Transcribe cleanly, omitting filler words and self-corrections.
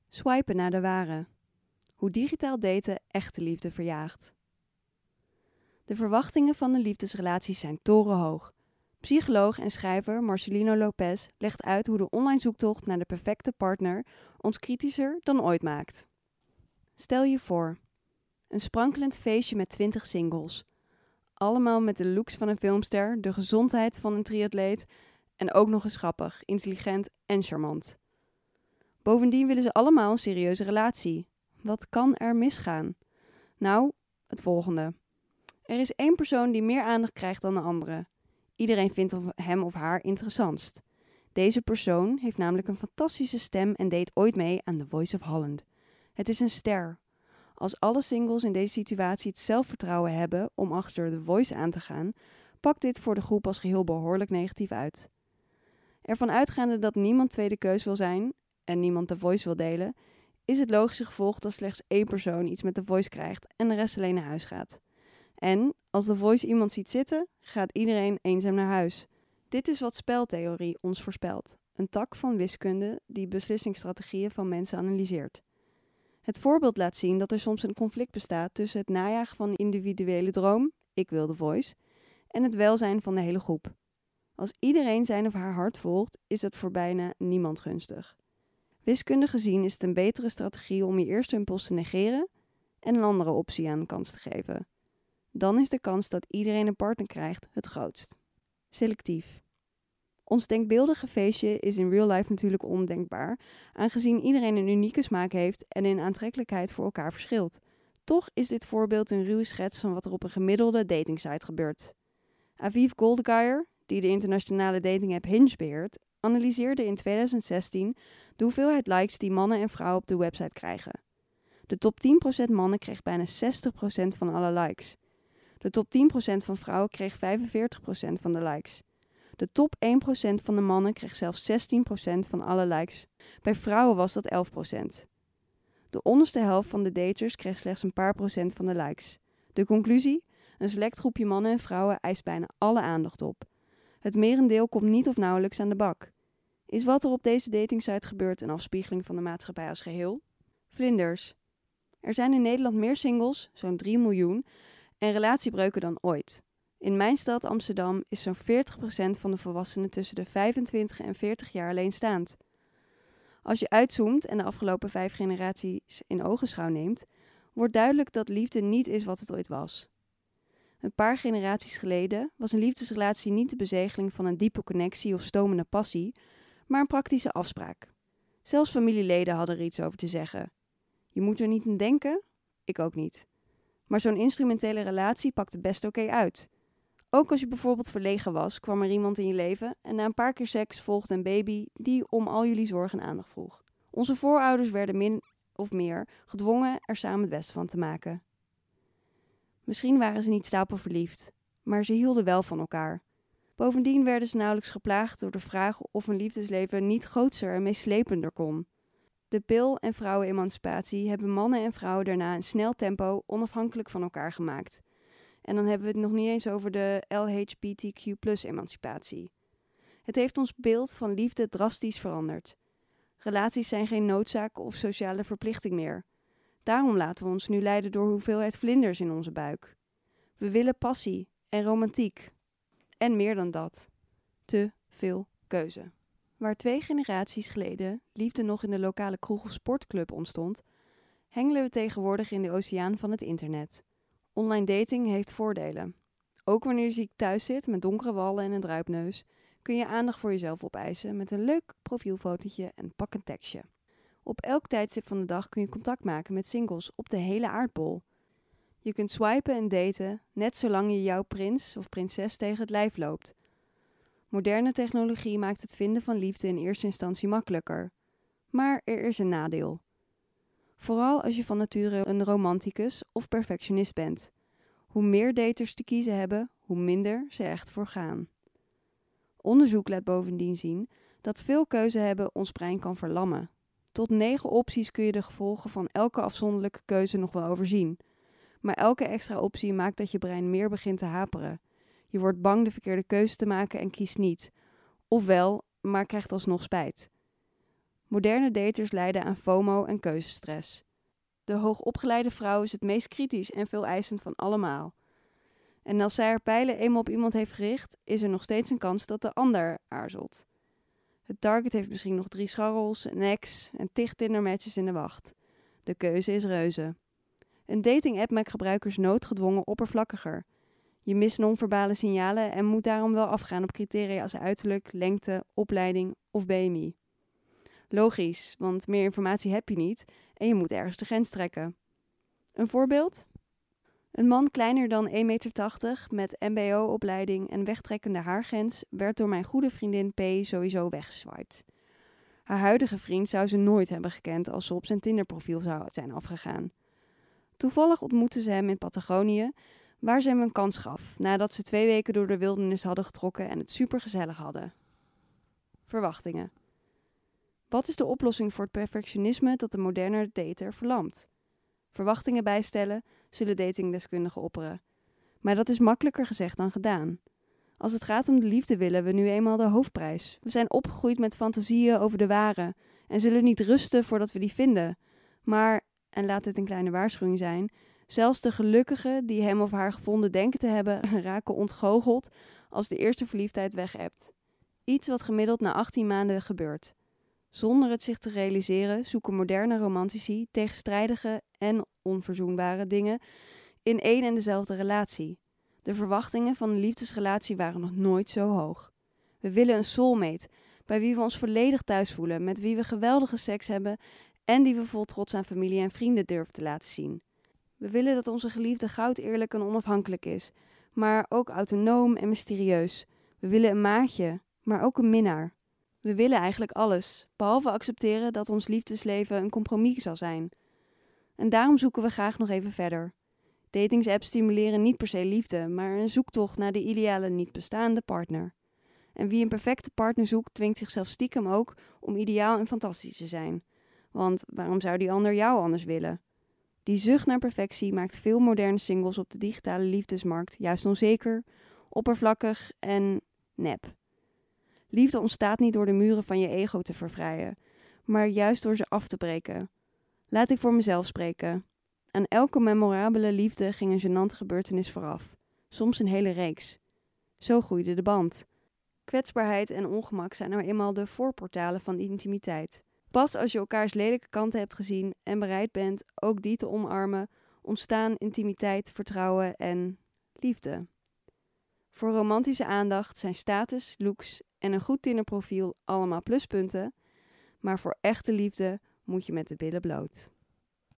Swipen naar de ware. Hoe digitaal daten echte liefde verjaagt. De verwachtingen van de liefdesrelaties zijn torenhoog. Psycholoog en schrijver Marcelino Lopez legt uit hoe de online zoektocht naar de perfecte partner ons kritischer dan ooit maakt. Stel je voor, een sprankelend feestje met 20 singles. Allemaal met de looks van een filmster, de gezondheid van een triatleet en ook nog eens grappig, intelligent en charmant. Bovendien willen ze allemaal een serieuze relatie. Wat kan er misgaan? Nou, het volgende. Er is één persoon die meer aandacht krijgt dan de andere. Iedereen vindt hem of haar interessantst. Deze persoon heeft namelijk een fantastische stem en deed ooit mee aan The Voice of Holland. Het is een ster. Als alle singles in deze situatie het zelfvertrouwen hebben om achter The Voice aan te gaan, pakt dit voor de groep als geheel behoorlijk negatief uit. Ervan uitgaande dat niemand tweede keus wil zijn en niemand The Voice wil delen, is het logische gevolg dat slechts één persoon iets met The Voice krijgt en de rest alleen naar huis gaat. En als The Voice iemand ziet zitten, gaat iedereen eenzaam naar huis. Dit is wat speltheorie ons voorspelt, een tak van wiskunde die beslissingsstrategieën van mensen analyseert. Het voorbeeld laat zien dat er soms een conflict bestaat tussen het najagen van een individuele droom, ik wil The Voice, en het welzijn van de hele groep. Als iedereen zijn of haar hart volgt, is dat voor bijna niemand gunstig. Wiskundig gezien is het een betere strategie om je eerste impuls te negeren en een andere optie aan de kans te geven. Dan is de kans dat iedereen een partner krijgt het grootst. Selectief. Ons denkbeeldige feestje is in real life natuurlijk ondenkbaar, aangezien iedereen een unieke smaak heeft en in aantrekkelijkheid voor elkaar verschilt. Toch is dit voorbeeld een ruwe schets van wat er op een gemiddelde datingsite gebeurt. Aviv Goldgeier, die de internationale datingapp Hinge beheert, analyseerde in 2016 de hoeveelheid likes die mannen en vrouwen op de website krijgen. De top 10% mannen kreeg bijna 60% van alle likes. De top 10% van vrouwen kreeg 45% van de likes. De top 1% van de mannen kreeg zelfs 16% van alle likes. Bij vrouwen was dat 11%. De onderste helft van de daters kreeg slechts een paar procent van de likes. De conclusie? Een select groepje mannen en vrouwen eist bijna alle aandacht op. Het merendeel komt niet of nauwelijks aan de bak. Is wat er op deze datingsite gebeurt een afspiegeling van de maatschappij als geheel? Vlinders. Er zijn in Nederland meer singles, zo'n 3 miljoen, en relatiebreuken dan ooit. In mijn stad Amsterdam is zo'n 40% van de volwassenen tussen de 25 en 40 jaar alleenstaand. Als je uitzoomt en de afgelopen 5 generaties in ogenschouw neemt, wordt duidelijk dat liefde niet is wat het ooit was. Een paar generaties geleden was een liefdesrelatie niet de bezegeling van een diepe connectie of stomende passie, maar een praktische afspraak. Zelfs familieleden hadden er iets over te zeggen. Je moet er niet aan denken? Ik ook niet. Maar zo'n instrumentele relatie pakte best oké uit. Ook als je bijvoorbeeld verlegen was, kwam er iemand in je leven en na een paar keer seks volgde een baby die om al jullie zorg en aandacht vroeg. Onze voorouders werden min of meer gedwongen er samen het beste van te maken. Misschien waren ze niet stapelverliefd, maar ze hielden wel van elkaar. Bovendien werden ze nauwelijks geplaagd door de vraag of een liefdesleven niet grootser en meeslepender kon. De pil- en vrouwenemancipatie hebben mannen en vrouwen daarna in snel tempo onafhankelijk van elkaar gemaakt. En dan hebben we het nog niet eens over de LHBTQ+-emancipatie. Het heeft ons beeld van liefde drastisch veranderd. Relaties zijn geen noodzaak of sociale verplichting meer. Daarom laten we ons nu leiden door de hoeveelheid vlinders in onze buik. We willen passie en romantiek. En meer dan dat. Te veel keuze. Waar 2 generaties geleden liefde nog in de lokale kroeg of sportclub ontstond, hengelen we tegenwoordig in de oceaan van het internet. Online dating heeft voordelen. Ook wanneer je ziek thuis zit met donkere wallen en een druipneus, kun je aandacht voor jezelf opeisen met een leuk profielfotootje en pakkend tekstje. Op elk tijdstip van de dag kun je contact maken met singles op de hele aardbol. Je kunt swipen en daten, net zolang je jouw prins of prinses tegen het lijf loopt. Moderne technologie maakt het vinden van liefde in eerste instantie makkelijker. Maar er is een nadeel. Vooral als je van nature een romanticus of perfectionist bent. Hoe meer daters te kiezen hebben, hoe minder ze echt voor gaan. Onderzoek laat bovendien zien dat veel keuze hebben ons brein kan verlammen. Tot 9 opties kun je de gevolgen van elke afzonderlijke keuze nog wel overzien. Maar elke extra optie maakt dat je brein meer begint te haperen. Je wordt bang de verkeerde keuze te maken en kiest niet. Ofwel, maar krijgt alsnog spijt. Moderne daters lijden aan FOMO en keuzestress. De hoogopgeleide vrouw is het meest kritisch en veel eisend van allemaal. En als zij haar pijlen eenmaal op iemand heeft gericht, is er nog steeds een kans dat de ander aarzelt. Het target heeft misschien nog 3 scharrels, een ex en 10 Tinder-matches in de wacht. De keuze is reuze. Een dating-app maakt gebruikers noodgedwongen oppervlakkiger. Je mist non-verbale signalen en moet daarom wel afgaan op criteria als uiterlijk, lengte, opleiding of BMI. Logisch, want meer informatie heb je niet en je moet ergens de grens trekken. Een voorbeeld? Een man kleiner dan 1,80 meter met mbo-opleiding en wegtrekkende haargrens werd door mijn goede vriendin P sowieso weggeswiped. Haar huidige vriend zou ze nooit hebben gekend als ze op zijn Tinderprofiel zou zijn afgegaan. Toevallig ontmoette ze hem in Patagonië, waar ze hem een kans gaf, nadat ze 2 weken door de wildernis hadden getrokken en het supergezellig hadden. Verwachtingen. Wat is de oplossing voor het perfectionisme dat de moderne dater verlamt? Verwachtingen bijstellen, zullen datingdeskundigen opperen. Maar dat is makkelijker gezegd dan gedaan. Als het gaat om de liefde willen we nu eenmaal de hoofdprijs. We zijn opgegroeid met fantasieën over de ware en zullen niet rusten voordat we die vinden. Maar, en laat dit een kleine waarschuwing zijn, zelfs de gelukkigen die hem of haar gevonden denken te hebben, raken ontgoocheld als de eerste verliefdheid weg-ebt. Iets wat gemiddeld na 18 maanden gebeurt. Zonder het zich te realiseren zoeken moderne romantici tegenstrijdige en onverzoenbare dingen in één en dezelfde relatie. De verwachtingen van een liefdesrelatie waren nog nooit zo hoog. We willen een soulmate, bij wie we ons volledig thuis voelen, met wie we geweldige seks hebben en die we vol trots aan familie en vrienden durven te laten zien. We willen dat onze geliefde goud eerlijk en onafhankelijk is, maar ook autonoom en mysterieus. We willen een maatje, maar ook een minnaar. We willen eigenlijk alles, behalve accepteren dat ons liefdesleven een compromis zal zijn. En daarom zoeken we graag nog even verder. Datingsapps stimuleren niet per se liefde, maar een zoektocht naar de ideale niet bestaande partner. En wie een perfecte partner zoekt, dwingt zichzelf stiekem ook om ideaal en fantastisch te zijn. Want waarom zou die ander jou anders willen? Die zucht naar perfectie maakt veel moderne singles op de digitale liefdesmarkt juist onzeker, oppervlakkig en nep. Liefde ontstaat niet door de muren van je ego te vervrijen, maar juist door ze af te breken. Laat ik voor mezelf spreken. Aan elke memorabele liefde ging een gênante gebeurtenis vooraf. Soms een hele reeks. Zo groeide de band. Kwetsbaarheid en ongemak zijn nou eenmaal de voorportalen van intimiteit. Pas als je elkaars lelijke kanten hebt gezien en bereid bent ook die te omarmen, ontstaan intimiteit, vertrouwen en liefde. Voor romantische aandacht zijn status, looks en een goed Tinderprofiel allemaal pluspunten, maar voor echte liefde moet je met de billen bloot.